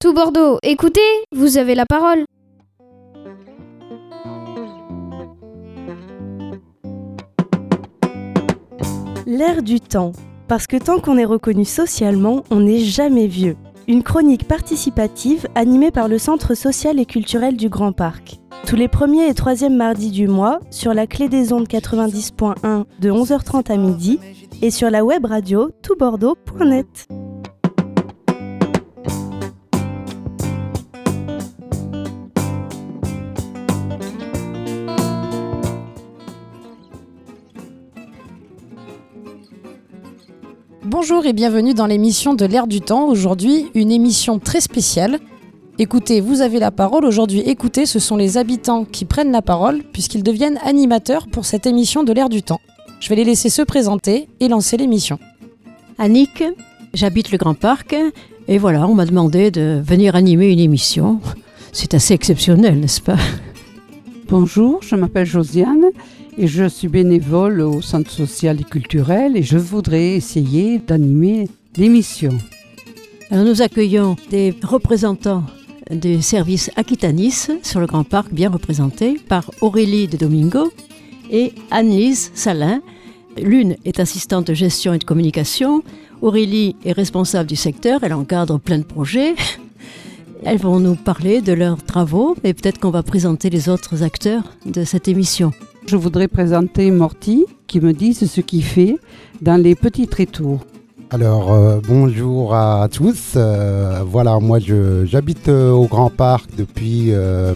Tout Bordeaux, écoutez, vous avez la parole. L'air du temps, parce que tant qu'on est reconnu socialement, on n'est jamais vieux. Une chronique participative animée par le Centre social et culturel du Grand Parc. Tous les 1er et 3e mardis du mois, sur la Clé des Ondes 90.1 de 11h30 à midi et sur la web radio toutbordeaux.net. Bonjour et bienvenue dans l'émission de l'Air du temps. Aujourd'hui, une émission très spéciale. Écoutez, vous avez la parole. Aujourd'hui, écoutez, ce sont les habitants qui prennent la parole puisqu'ils deviennent animateurs pour cette émission de l'Air du temps. Je vais les laisser se présenter et lancer l'émission. Annick, j'habite le Grand Parc et voilà, on m'a demandé de venir animer une émission. C'est assez exceptionnel, n'est-ce pas ? Bonjour, je m'appelle Josiane et je suis bénévole au Centre social et culturel et je voudrais essayer d'animer l'émission. Alors nous accueillons des représentants du service Aquitanis sur le Grand Parc, bien représentés par Aurélie de Domingo et Anne-Lise Salin. L'une est assistante de gestion et de communication. Aurélie est responsable du secteur, elle encadre plein de projets. Elles vont nous parler de leurs travaux et peut-être qu'on va présenter les autres acteurs de cette émission. Je voudrais présenter Morty qui me dise ce qu'il fait dans les petits tréteaux. Alors bonjour à tous, voilà moi j'habite au Grand Parc depuis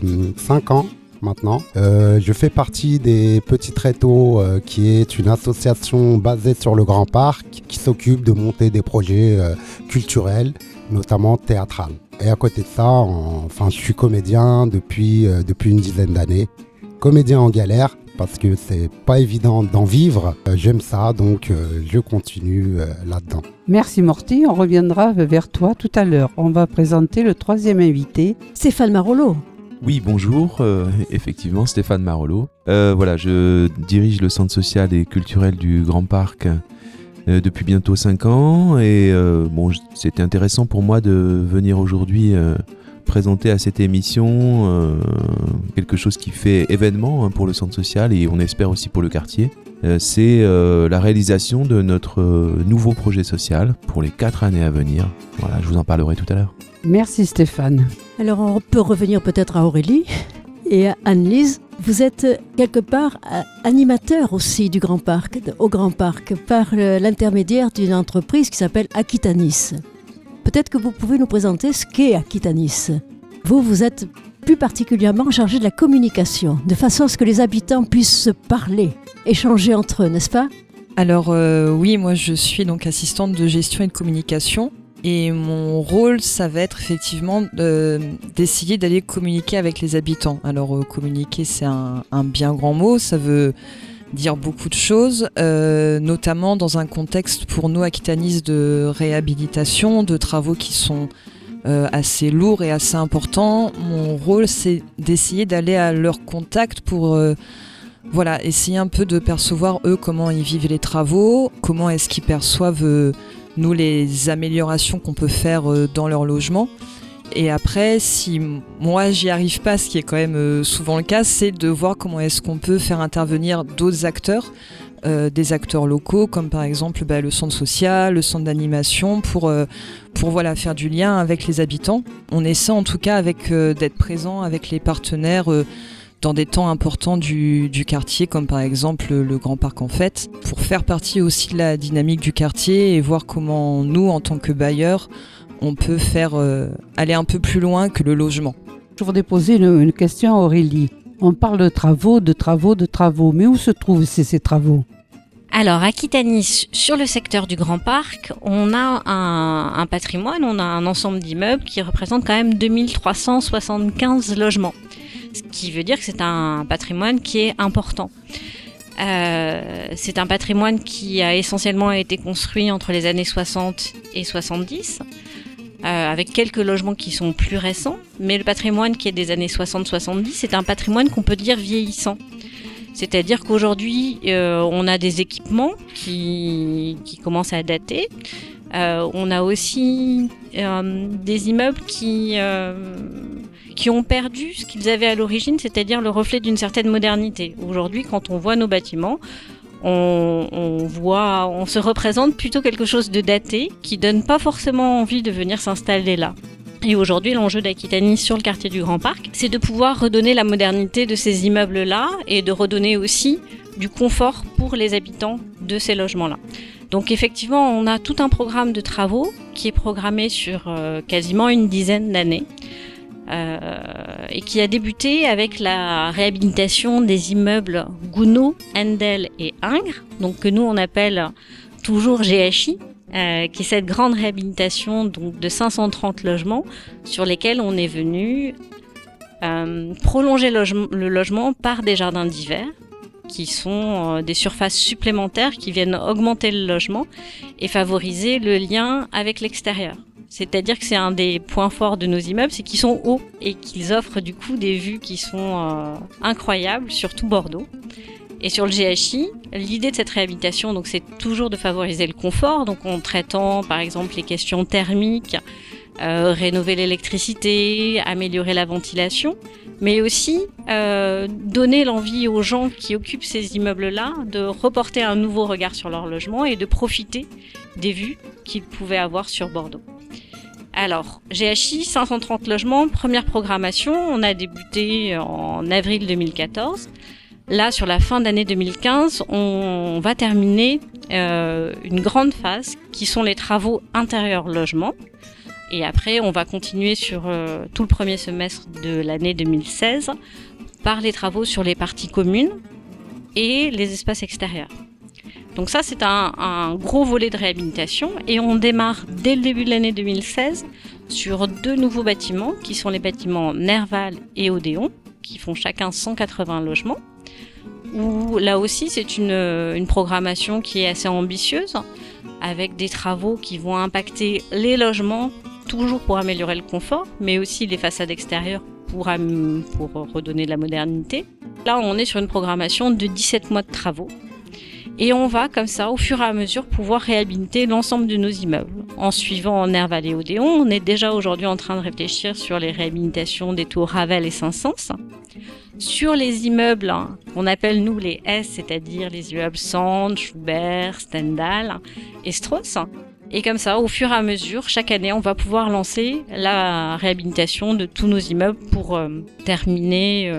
5 ans maintenant. Je fais partie des Petits Tréteaux qui est une association basée sur le Grand Parc qui s'occupe de monter des projets culturels, notamment théâtrales. Et à côté de ça, je suis comédien depuis une dizaine d'années. Comédien en galère parce que c'est pas évident d'en vivre. J'aime ça, donc je continue là-dedans. Merci Morty, on reviendra vers toi tout à l'heure. On va présenter le 3e invité. Stéphane Marolo. Oui, bonjour, effectivement Stéphane Marolo. Voilà, je dirige le Centre social et culturel du Grand Parc depuis bientôt 5 ans et c'était intéressant pour moi de venir aujourd'hui présenter à cette émission quelque chose qui fait événement pour le centre social et on espère aussi pour le quartier. C'est la réalisation de notre nouveau projet social pour les 4 années à venir. Voilà, je vous en parlerai tout à l'heure. Merci Stéphane. Alors on peut revenir peut-être à Aurélie et à Anne-Lise. Vous êtes quelque part animateur aussi du Grand Parc, au Grand Parc, par l'intermédiaire d'une entreprise qui s'appelle Aquitanis. Peut-être que vous pouvez nous présenter ce qu'est Aquitanis. Vous êtes plus particulièrement chargé de la communication, de façon à ce que les habitants puissent se parler, échanger entre eux, n'est-ce pas ? Alors oui, moi je suis donc assistante de gestion et de communication. Et mon rôle, ça va être effectivement d'essayer d'aller communiquer avec les habitants. Alors communiquer, c'est un bien grand mot, ça veut dire beaucoup de choses, notamment dans un contexte pour nous Aquitanis de réhabilitation, de travaux qui sont assez lourds et assez importants. Mon rôle, c'est d'essayer d'aller à leur contact pour essayer un peu de percevoir eux comment ils vivent les travaux, comment est-ce qu'ils perçoivent nous les améliorations qu'on peut faire dans leur logement. Et après, si moi j'y arrive pas, ce qui est quand même souvent le cas, c'est de voir comment est-ce qu'on peut faire intervenir d'autres acteurs, des acteurs locaux, comme par exemple le centre social, le centre d'animation, pour faire du lien avec les habitants. On essaie en tout cas d'être présent avec les partenaires dans des temps importants du quartier, comme par exemple le Grand Parc en Fête, pour faire partie aussi de la dynamique du quartier et voir comment nous, en tant que bailleurs, on peut faire aller un peu plus loin que le logement. Je voudrais poser une question à Aurélie. On parle de travaux, mais où se trouvent ces travaux ? Alors, Aquitanis, sur le secteur du Grand Parc, on a un patrimoine, on a un ensemble d'immeubles qui représente quand même 2375 logements. Ce qui veut dire que c'est un patrimoine qui est important. C'est un patrimoine qui a essentiellement été construit entre les années 60 et 70, avec quelques logements qui sont plus récents, mais le patrimoine qui est des années 60-70, c'est un patrimoine qu'on peut dire vieillissant. C'est-à-dire qu'aujourd'hui, on a des équipements qui commencent à dater, On a aussi des immeubles qui ont perdu ce qu'ils avaient à l'origine, c'est-à-dire le reflet d'une certaine modernité. Aujourd'hui, quand on voit nos bâtiments, on se représente plutôt quelque chose de daté qui donne pas forcément envie de venir s'installer là. Et aujourd'hui, l'enjeu d'Aquitanis sur le quartier du Grand Parc, c'est de pouvoir redonner la modernité de ces immeubles-là et de redonner aussi du confort pour les habitants de ces logements-là. Donc effectivement, on a tout un programme de travaux qui est programmé sur quasiment une dizaine d'années et qui a débuté avec la réhabilitation des immeubles Gounod, Endel et Ingres, donc que nous on appelle toujours GHI, qui est cette grande réhabilitation donc, de 530 logements sur lesquels on est venu prolonger le logement par des jardins d'hiver qui sont des surfaces supplémentaires qui viennent augmenter le logement et favoriser le lien avec l'extérieur. C'est-à-dire que c'est un des points forts de nos immeubles, c'est qu'ils sont hauts et qu'ils offrent du coup des vues qui sont incroyables, surtout Bordeaux. Et sur le GHI, l'idée de cette réhabilitation, donc, c'est toujours de favoriser le confort, donc en traitant par exemple les questions thermiques, rénover l'électricité, améliorer la ventilation, mais aussi donner l'envie aux gens qui occupent ces immeubles-là de reporter un nouveau regard sur leur logement et de profiter des vues qu'ils pouvaient avoir sur Bordeaux. Alors, GHI, 530 logements, première programmation, on a débuté en avril 2014. Là, sur la fin d'année 2015, on va terminer une grande phase qui sont les travaux intérieurs logement. Et après, on va continuer sur tout le premier semestre de l'année 2016 par les travaux sur les parties communes et les espaces extérieurs. Donc ça, c'est un gros volet de réhabilitation et on démarre dès le début de l'année 2016 sur 2 nouveaux bâtiments qui sont les bâtiments Nerval et Odéon qui font chacun 180 logements. Où là aussi, c'est une programmation qui est assez ambitieuse avec des travaux qui vont impacter les logements toujours pour améliorer le confort, mais aussi les façades extérieures pour redonner de la modernité. Là, on est sur une programmation de 17 mois de travaux. Et on va, comme ça, au fur et à mesure, pouvoir réhabiliter l'ensemble de nos immeubles. En suivant Nerval et Odéon, on est déjà aujourd'hui en train de réfléchir sur les réhabilitations des tours Ravel et Saint-Saëns. Sur les immeubles qu'on appelle nous les S, c'est-à-dire les immeubles Sand, Schubert, Stendhal et Strauss. Et comme ça, au fur et à mesure, chaque année, on va pouvoir lancer la réhabilitation de tous nos immeubles pour terminer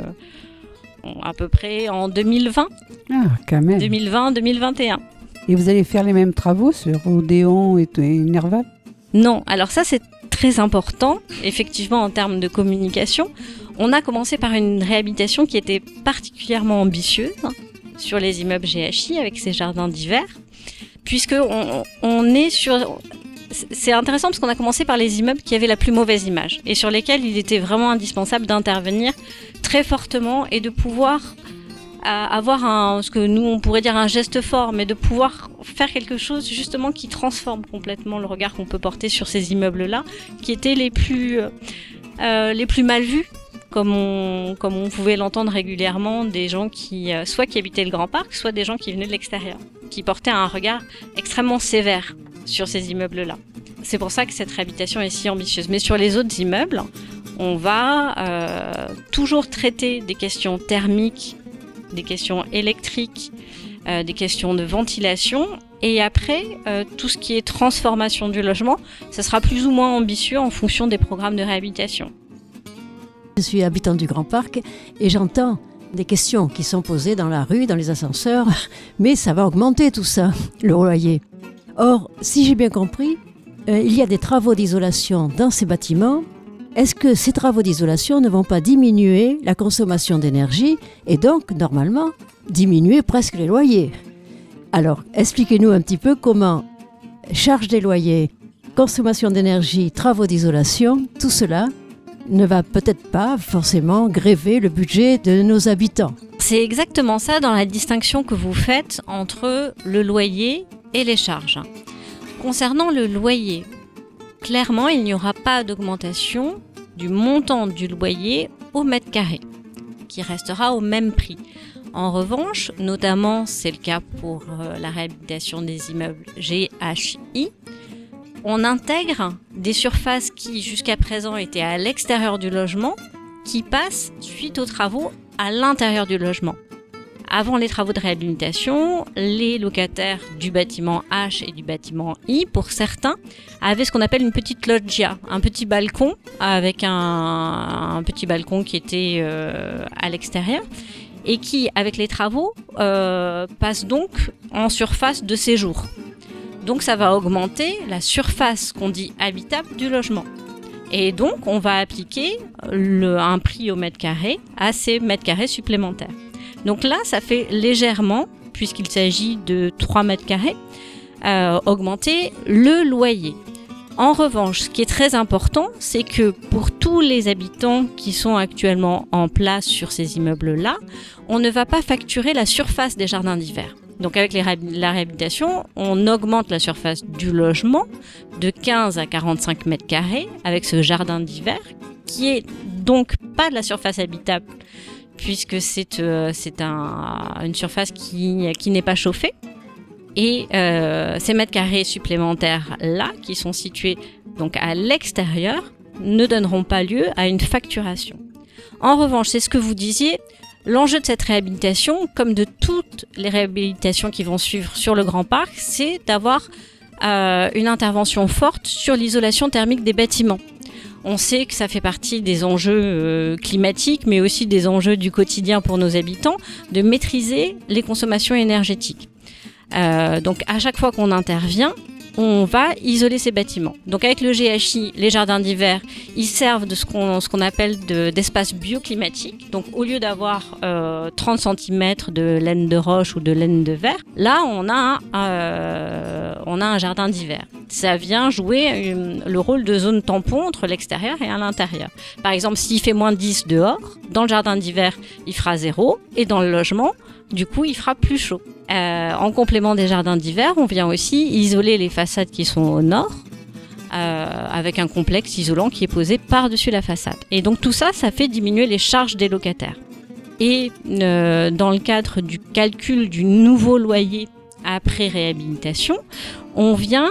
à peu près en 2020. Ah, quand même. 2020-2021. Et vous allez faire les mêmes travaux sur Odéon et Nerval ? Non, alors ça c'est très important, effectivement en termes de communication. On a commencé par une réhabilitation qui était particulièrement ambitieuse sur les immeubles GHI avec ces jardins d'hiver, puisque on est sur... C'est intéressant parce qu'on a commencé par les immeubles qui avaient la plus mauvaise image et sur lesquels il était vraiment indispensable d'intervenir très fortement et de pouvoir avoir ce que nous on pourrait dire un geste fort, mais de pouvoir faire quelque chose justement qui transforme complètement le regard qu'on peut porter sur ces immeubles-là, qui étaient les plus mal vus, comme on pouvait l'entendre régulièrement, des gens qui habitaient le Grand Parc, soit des gens qui venaient de l'extérieur, qui portaient un regard extrêmement sévère sur ces immeubles-là. C'est pour ça que cette réhabilitation est si ambitieuse. Mais sur les autres immeubles, on va toujours traiter des questions thermiques, des questions électriques, des questions de ventilation. Et après, tout ce qui est transformation du logement, ça sera plus ou moins ambitieux en fonction des programmes de réhabilitation. Je suis habitant du Grand Parc et j'entends des questions qui sont posées dans la rue, dans les ascenseurs, mais ça va augmenter tout ça, le loyer. Or, si j'ai bien compris, il y a des travaux d'isolation dans ces bâtiments. Est-ce que ces travaux d'isolation ne vont pas diminuer la consommation d'énergie et donc, normalement, diminuer presque les loyers ? Alors, expliquez-nous un petit peu comment charge des loyers, consommation d'énergie, travaux d'isolation, tout cela ne va peut-être pas forcément gréver le budget de nos habitants. C'est exactement ça dans la distinction que vous faites entre le loyer et les charges. Concernant le loyer, clairement, il n'y aura pas d'augmentation du montant du loyer au mètre carré, qui restera au même prix. En revanche, notamment c'est le cas pour la réhabilitation des immeubles GHI, on intègre des surfaces qui jusqu'à présent étaient à l'extérieur du logement, qui passent suite aux travaux à l'intérieur du logement. Avant les travaux de réhabilitation, les locataires du bâtiment H et du bâtiment I, pour certains, avaient ce qu'on appelle une petite loggia, un petit balcon avec un petit balcon qui était à l'extérieur et qui, avec les travaux, passe donc en surface de séjour. Donc ça va augmenter la surface qu'on dit habitable du logement. Et donc on va appliquer un prix au mètre carré à ces mètres carrés supplémentaires. Donc là, ça fait légèrement, puisqu'il s'agit de 3 mètres carrés, augmenter le loyer. En revanche, ce qui est très important, c'est que pour tous les habitants qui sont actuellement en place sur ces immeubles-là, on ne va pas facturer la surface des jardins d'hiver. Donc avec la réhabilitation, on augmente la surface du logement de 15 à 45 mètres carrés avec ce jardin d'hiver, qui est donc pas de la surface habitable, puisque c'est une surface qui n'est pas chauffée. Et ces mètres carrés supplémentaires-là, qui sont situés donc à l'extérieur, ne donneront pas lieu à une facturation. En revanche, c'est ce que vous disiez, l'enjeu de cette réhabilitation, comme de toutes les réhabilitations qui vont suivre sur le Grand Parc, c'est d'avoir une intervention forte sur l'isolation thermique des bâtiments. On sait que ça fait partie des enjeux climatiques, mais aussi des enjeux du quotidien pour nos habitants, de maîtriser les consommations énergétiques. Donc à chaque fois qu'on intervient, on va isoler ces bâtiments. Donc avec le GHI, les jardins d'hiver, ils servent de ce qu'on appelle d'espace bioclimatique. Donc au lieu d'avoir 30 cm de laine de roche ou de laine de verre, là on a un jardin d'hiver. Ça vient jouer le rôle de zone tampon entre l'extérieur et à l'intérieur. Par exemple, s'il fait moins 10 dehors, dans le jardin d'hiver, il fera 0, et dans le logement, du coup, il fera plus chaud. En complément des jardins d'hiver, on vient aussi isoler les façades qui sont au nord, avec un complexe isolant qui est posé par-dessus la façade. Et donc tout ça, ça fait diminuer les charges des locataires. Et dans le cadre du calcul du nouveau loyer après réhabilitation, on vient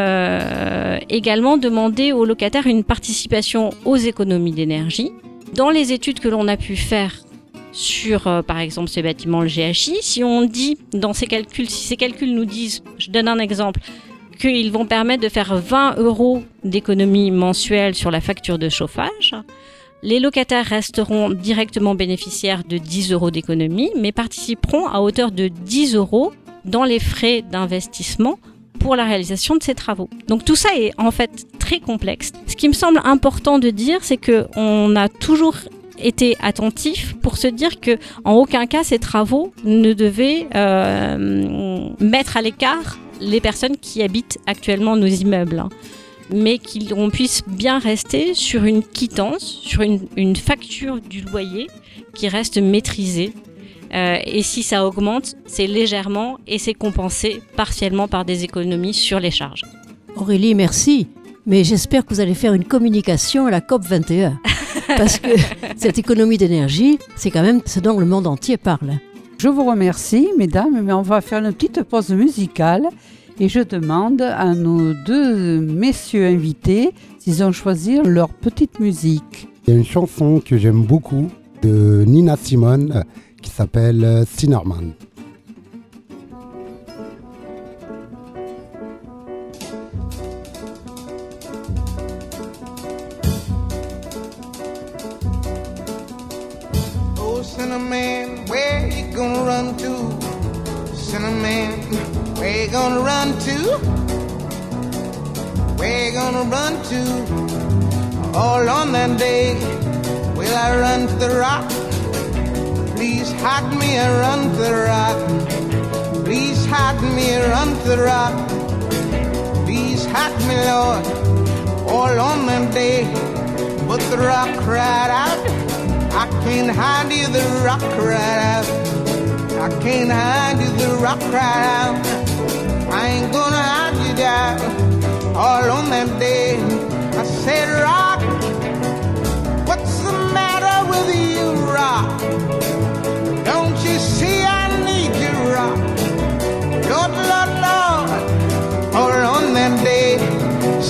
également demander aux locataires une participation aux économies d'énergie. Dans les études que l'on a pu faire sur, par exemple, ces bâtiments, le GHI, si on dit dans ces calculs, si ces calculs nous disent, je donne un exemple, qu'ils vont permettre de faire 20 € d'économie mensuelle sur la facture de chauffage, les locataires resteront directement bénéficiaires de 10 € d'économie, mais participeront à hauteur de 10 € dans les frais d'investissement pour la réalisation de ces travaux. Donc tout ça est en fait très complexe. Ce qui me semble important de dire, c'est qu'on a toujours été attentif pour se dire que en aucun cas ces travaux ne devaient mettre à l'écart les personnes qui habitent actuellement nos immeubles, mais qu'on puisse bien rester sur une quittance, sur une facture du loyer qui reste maîtrisée. Et si ça augmente, c'est légèrement et c'est compensé partiellement par des économies sur les charges. Aurélie, merci. Mais j'espère que vous allez faire une communication à la COP21. Parce que cette économie d'énergie, c'est quand même ce dont le monde entier parle. Je vous remercie, mesdames, mais on va faire une petite pause musicale et je demande à nos deux messieurs invités s'ils ont choisi leur petite musique. Il y a une chanson que j'aime beaucoup de Nina Simone qui s'appelle Sinnerman. Cinnamon, where you gonna run to? Cinnamon, where you gonna run to? Where you gonna run to? All on that day, will I run to the rock? Please hide me and run to the rock. Please hide me and run to the rock. Please hide me, Lord, all on that day. But the rock cried out, I can't hide you, the rock cried out. I can't hide you, the rock cried out. I ain't gonna hide you down. All on that day, I said, rock, what's the matter with you, rock? Don't you see I need you, rock? Lord, Lord, Lord. All on that day,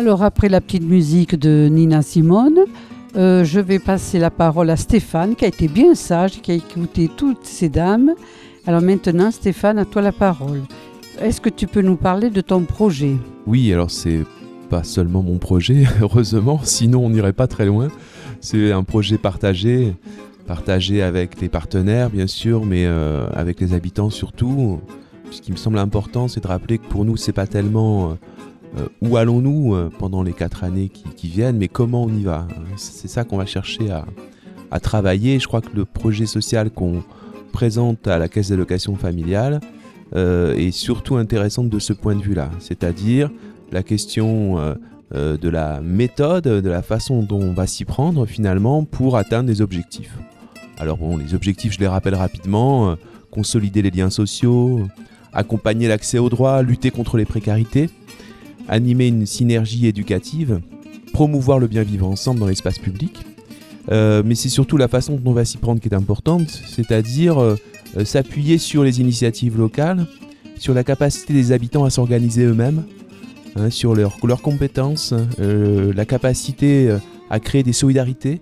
Alors après la petite musique de Nina Simone, je vais passer la parole à Stéphane qui a été bien sage, qui a écouté toutes ces dames. Alors maintenant Stéphane, à toi la parole. Est-ce que tu peux nous parler de ton projet ? Oui, alors c'est pas seulement mon projet, heureusement, sinon on n'irait pas très loin. C'est un projet partagé avec les partenaires bien sûr, mais avec les habitants surtout. Ce qui me semble important, c'est de rappeler que pour nous, c'est pas tellement où allons-nous pendant les 4 années qui viennent, mais comment on y va. C'est ça qu'on va chercher à travailler. Je crois que le projet social qu'on présente à la Caisse d'allocation familiale est surtout intéressante de ce point de vue-là, c'est-à-dire la question de la méthode, de la façon dont on va s'y prendre finalement pour atteindre des objectifs. Alors bon, les objectifs, je les rappelle rapidement, consolider les liens sociaux, accompagner l'accès aux droits, lutter contre les précarités, animer une synergie éducative, promouvoir le bien vivre ensemble dans l'espace public. Mais c'est surtout la façon dont on va s'y prendre qui est importante, c'est-à-dire s'appuyer sur les initiatives locales, sur la capacité des habitants à s'organiser eux-mêmes, sur leurs compétences, la capacité à créer des solidarités,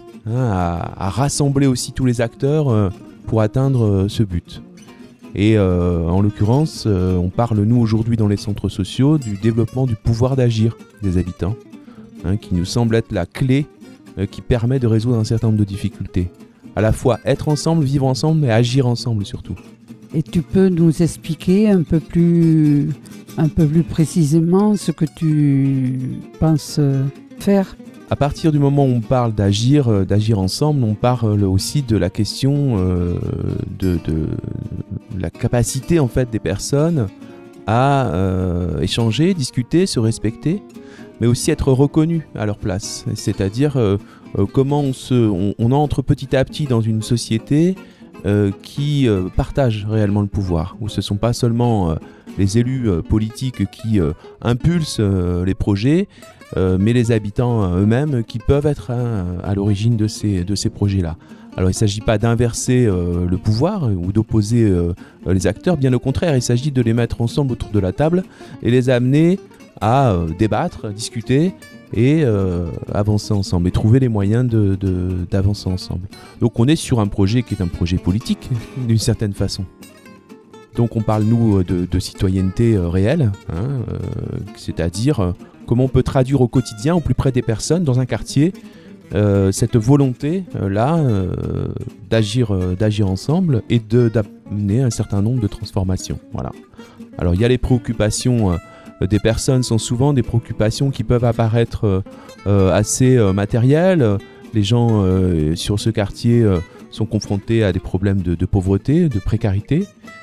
à rassembler aussi tous les acteurs pour atteindre ce but. Et en l'occurrence, on parle nous aujourd'hui dans les centres sociaux du développement du pouvoir d'agir des habitants, qui nous semble être la clé qui permet de résoudre un certain nombre de difficultés. À la fois être ensemble, vivre ensemble, mais agir ensemble surtout. Et tu peux nous expliquer un peu plus précisément ce que tu penses faire ? À partir du moment où on parle d'agir ensemble, on parle aussi de la question de la capacité en fait des personnes à échanger, discuter, se respecter, mais aussi être reconnus à leur place. C'est-à-dire comment on entre petit à petit dans une société qui partage réellement le pouvoir, où ce ne sont pas seulement les élus politiques qui impulsent les projets, mais les habitants eux-mêmes qui peuvent être à l'origine de ces projets-là. Alors il ne s'agit pas d'inverser le pouvoir ou d'opposer les acteurs, bien au contraire, il s'agit de les mettre ensemble autour de la table et les amener à débattre, discuter et avancer ensemble et trouver les moyens d'avancer ensemble. Donc on est sur un projet qui est un projet politique d'une certaine façon. Donc on parle nous de citoyenneté réelle, c'est-à-dire comment on peut traduire au quotidien, au plus près des personnes, dans un quartier, cette volonté-là d'agir ensemble et d'amener un certain nombre de transformations. Voilà. Alors il y a les préoccupations des personnes, sont souvent des préoccupations qui peuvent apparaître assez matérielles. Les gens sur ce quartier sont confrontés à des problèmes de pauvreté, de précarité.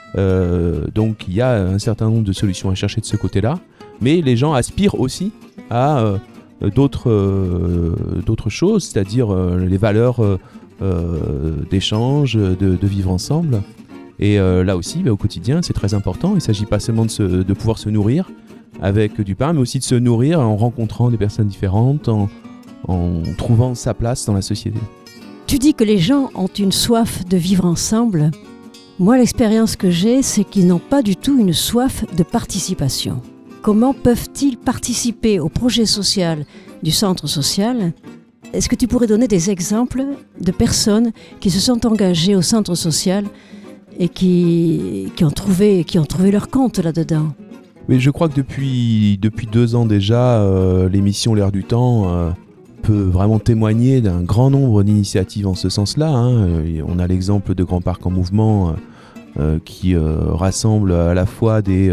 Donc il y a un certain nombre de solutions à chercher de ce côté-là. Mais les gens aspirent aussi à d'autres choses, c'est-à-dire les valeurs d'échange, de vivre ensemble. Et là aussi, au quotidien, c'est très important. Il ne s'agit pas seulement de pouvoir se nourrir avec du pain, mais aussi de se nourrir en rencontrant des personnes différentes, en trouvant sa place dans la société. Tu dis que les gens ont une soif de vivre ensemble. Moi, l'expérience que j'ai, c'est qu'ils n'ont pas du tout une soif de participation. Comment peuvent-ils participer au projet social du centre social ? Est-ce que tu pourrais donner des exemples de personnes qui se sont engagées au centre social et qui ont trouvé leur compte là-dedans ? Oui, je crois que depuis 2 ans déjà, l'émission L'Air du Temps peut vraiment témoigner d'un grand nombre d'initiatives en ce sens-là. On a l'exemple de Grand Parc en Mouvement qui rassemble à la fois des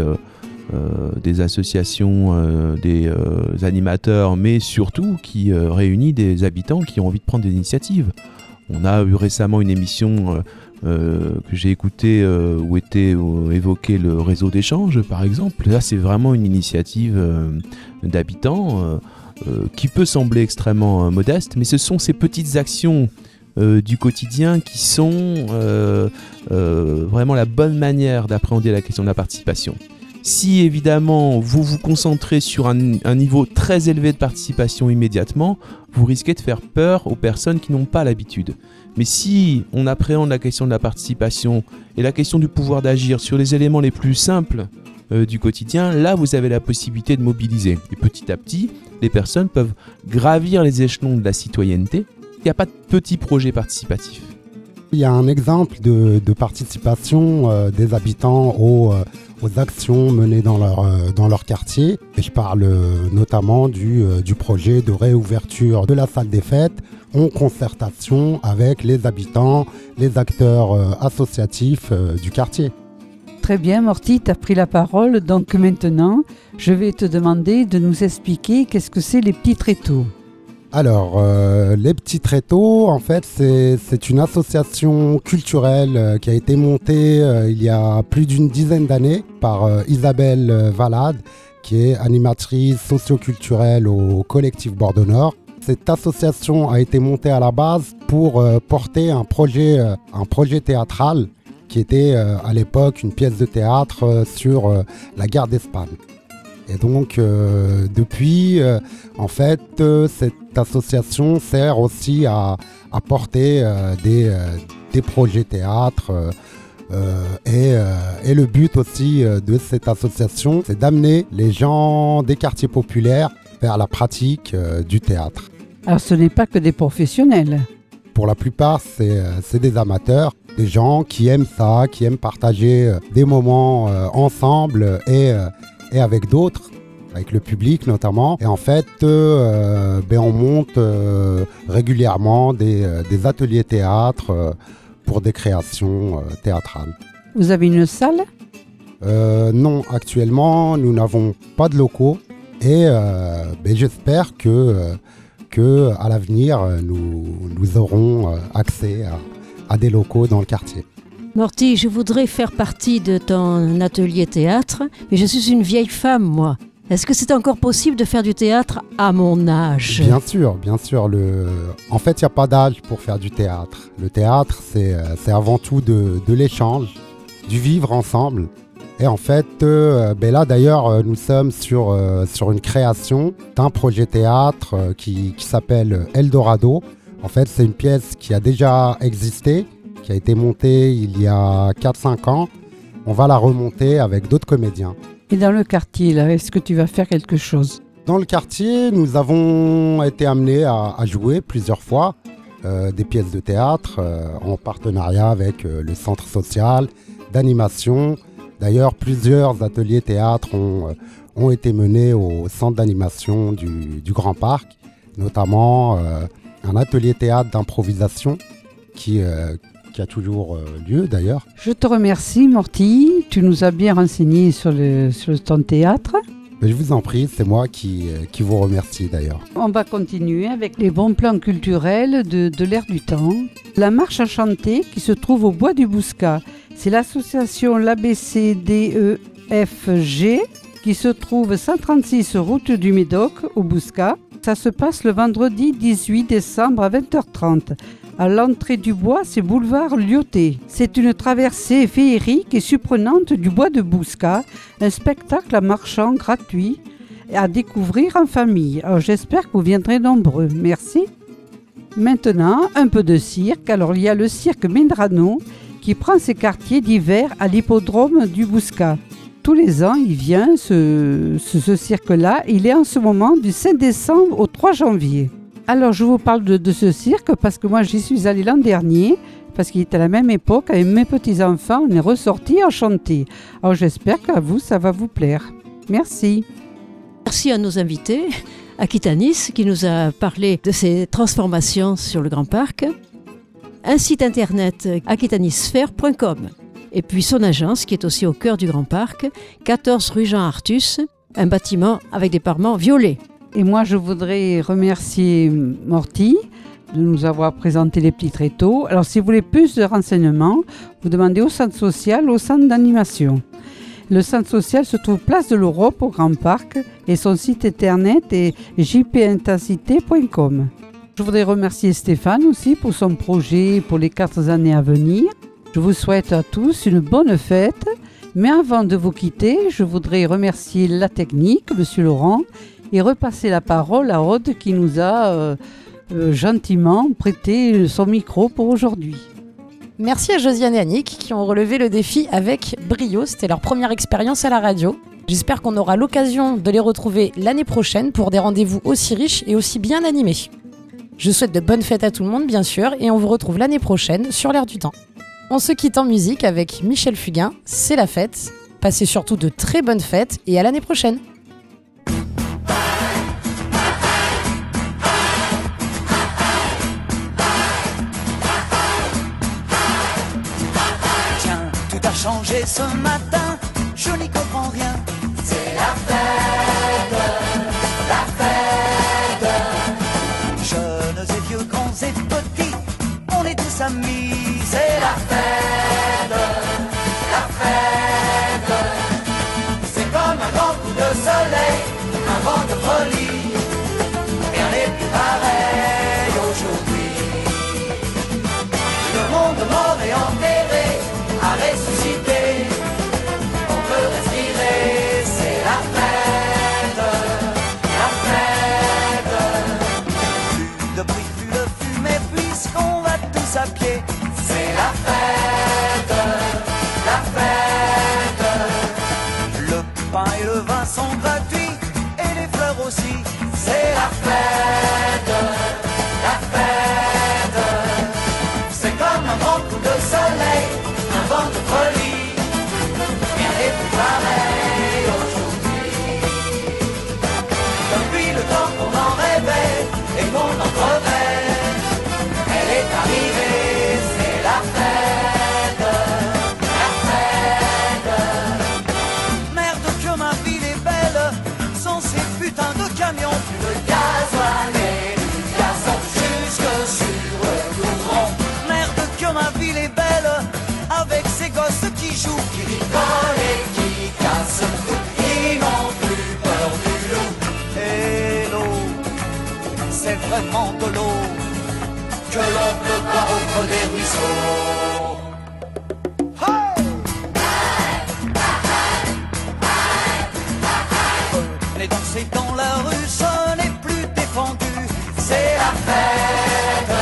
associations, des animateurs, mais surtout qui réunit des habitants qui ont envie de prendre des initiatives. On a eu récemment une émission que j'ai écoutée où était évoqué le réseau d'échange, par exemple. Là, c'est vraiment une initiative d'habitants qui peut sembler extrêmement modeste, mais ce sont ces petites actions du quotidien qui sont vraiment la bonne manière d'appréhender la question de la participation. Si évidemment vous vous concentrez sur un niveau très élevé de participation immédiatement, vous risquez de faire peur aux personnes qui n'ont pas l'habitude. Mais si on appréhende la question de la participation et la question du pouvoir d'agir sur les éléments les plus simples du quotidien, là vous avez la possibilité de mobiliser. Et petit à petit, les personnes peuvent gravir les échelons de la citoyenneté. Il n'y a pas de petit projet participatif. Il y a un exemple de participation des habitants aux actions menées dans leur quartier. Et je parle notamment du projet de réouverture de la salle des fêtes en concertation avec les habitants, les acteurs associatifs du quartier. Très bien, Morty, tu as pris la parole. Donc maintenant, je vais te demander de nous expliquer qu'est-ce que c'est les petits tréteaux. Alors, les petits tréteaux, en fait, c'est une association culturelle qui a été montée il y a plus d'une dizaine d'années par Isabelle Valade, qui est animatrice socio-culturelle au collectif Bordeaux Nord. Cette association a été montée à la base pour porter un projet théâtral qui était à l'époque une pièce de théâtre sur la guerre d'Espagne. Et donc, depuis, en fait, cette association sert aussi à porter des projets théâtre. Et le but aussi de cette association, c'est d'amener les gens des quartiers populaires vers la pratique du théâtre. Alors, ce n'est pas que des professionnels. Pour la plupart, c'est des amateurs, des gens qui aiment ça, qui aiment partager des moments ensemble et avec d'autres, avec le public notamment. Et en fait, on monte régulièrement des ateliers théâtre pour des créations théâtrales. Vous avez une salle ? Non, actuellement, nous n'avons pas de locaux et j'espère que à l'avenir, nous aurons accès à des locaux dans le quartier. Morty, je voudrais faire partie de ton atelier théâtre, mais je suis une vieille femme, moi. Est-ce que c'est encore possible de faire du théâtre à mon âge ? Bien sûr. En fait, il n'y a pas d'âge pour faire du théâtre. Le théâtre, c'est avant tout de l'échange, du vivre ensemble. Et en fait, là d'ailleurs, nous sommes sur une création d'un projet théâtre qui s'appelle Eldorado. En fait, c'est une pièce qui a déjà existé, qui a été montée il y a 4-5 ans. On va la remonter avec d'autres comédiens. Et dans le quartier, là, est-ce que tu vas faire quelque chose ? Dans le quartier, nous avons été amenés à jouer plusieurs fois des pièces de théâtre en partenariat avec le centre social d'animation. D'ailleurs, plusieurs ateliers théâtre ont été menés au centre d'animation du Grand Parc, notamment un atelier théâtre d'improvisation qui a toujours lieu d'ailleurs. Je te remercie, Morty. Tu nous as bien renseigné sur ton théâtre. Mais je vous en prie, c'est moi qui vous remercie d'ailleurs. On va continuer avec les bons plans culturels de l'air du temps. La marche à chanter qui se trouve au bois du Bouscat. C'est l'association l'ABCDEFG qui se trouve 136 route du Médoc au Bouscat. Ça se passe le vendredi 18 décembre à 20h30. À l'entrée du bois, c'est boulevard Lyoté. C'est une traversée féerique et surprenante du bois de Bouscat, un spectacle à marchand gratuit à découvrir en famille. Alors j'espère que vous viendrez nombreux. Merci. Maintenant, un peu de cirque. Alors il y a le cirque Medrano qui prend ses quartiers d'hiver à l'hippodrome du Bouscat. Tous les ans, il vient, ce cirque-là. Il est en ce moment du 5 décembre au 3 janvier. Alors, je vous parle de ce cirque parce que moi, j'y suis allée l'an dernier, parce qu'il était à la même époque, avec mes petits-enfants, on est ressortis enchantés. Alors, j'espère qu'à vous, ça va vous plaire. Merci. Merci à nos invités, Aquitanis, qui nous a parlé de ses transformations sur le Grand Parc. Un site internet, aquitanisphère.com. Et puis son agence, qui est aussi au cœur du Grand Parc, 14 rue Jean Artus, un bâtiment avec des parements violets. Et moi, je voudrais remercier Morty de nous avoir présenté les petits tréteaux. Alors, si vous voulez plus de renseignements, vous demandez au centre social, au centre d'animation. Le centre social se trouve place de l'Europe au Grand Parc et son site internet est jpintensité.com. Je voudrais remercier Stéphane aussi pour son projet pour les 4 années à venir. Je vous souhaite à tous une bonne fête. Mais avant de vous quitter, je voudrais remercier la technique, Monsieur Laurent, et repasser la parole à Aude qui nous a gentiment prêté son micro pour aujourd'hui. Merci à Josiane et Annick qui ont relevé le défi avec brio. C'était leur première expérience à la radio. J'espère qu'on aura l'occasion de les retrouver l'année prochaine pour des rendez-vous aussi riches et aussi bien animés. Je souhaite de bonnes fêtes à tout le monde, bien sûr, et on vous retrouve l'année prochaine sur l'Air du Temps. On se quitte en musique avec Michel Fugain, c'est la fête. Passez surtout de très bonnes fêtes et à l'année prochaine. Tiens, tout a changé ce matin, je n'y comprends rien. C'est la fête, jeunes et vieux, grands et petits, on est tous amis. C'est la fête, c'est comme un grand coup de soleil, un vent de folie, rien n'est plus pareil aujourd'hui. Le monde mort et enterré a ressuscité, on peut respirer, c'est la fête, plus de bruit, plus de fumée, puisqu'on va tous à pied, c'est la fête, le pain et le vin sont gratuits, et les fleurs aussi, c'est la fête, c'est comme un grand coup de soleil, un vent de folie, rien n'est plus pareil aujourd'hui. Depuis le temps qu'on en rêvait et qu'on en crevait, elle est arrivée, c'est la fête, merde que ma ville est belle, sans ces putains de camions, plus de gasoil et du gazon jusque sur le goudron. Merde que ma ville est belle, avec ces gosses qui jouent, qui rigolent et qui cassent tout, qui n'ont plus peur du loup. Et l'eau, c'est vraiment de l'eau que l'on peut boire au creux des ruisseaux. Venez danser dans la rue, ce n'est plus défendu, c'est la fête,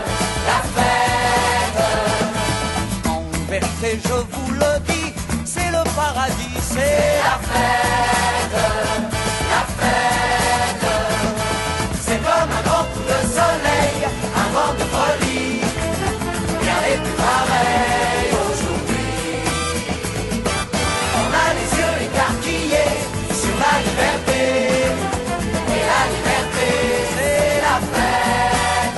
en vérité je vous le dis, c'est le paradis, c'est la fête, c'est comme un grand coup de soleil, un vent de folie, rien n'est plus pareil aujourd'hui. On a les yeux écarquillés sur la liberté, et la liberté c'est la fête,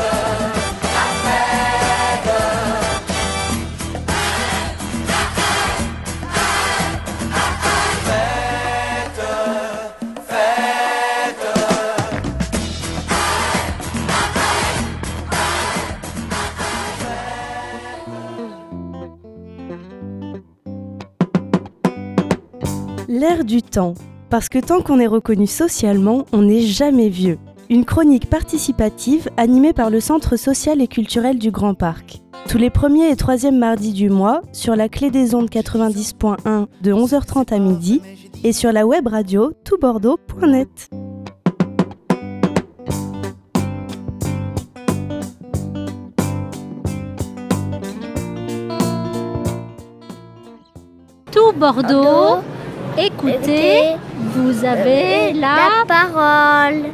L'air du temps, parce que tant qu'on est reconnu socialement, on n'est jamais vieux. Une chronique participative animée par le Centre social et culturel du Grand Parc. Tous les premiers et troisièmes mardis du mois, sur la clé des ondes 90.1 de 11h30 à midi et sur la web radio toutbordeaux.net. Tout Bordeaux, écoutez, vous avez la parole.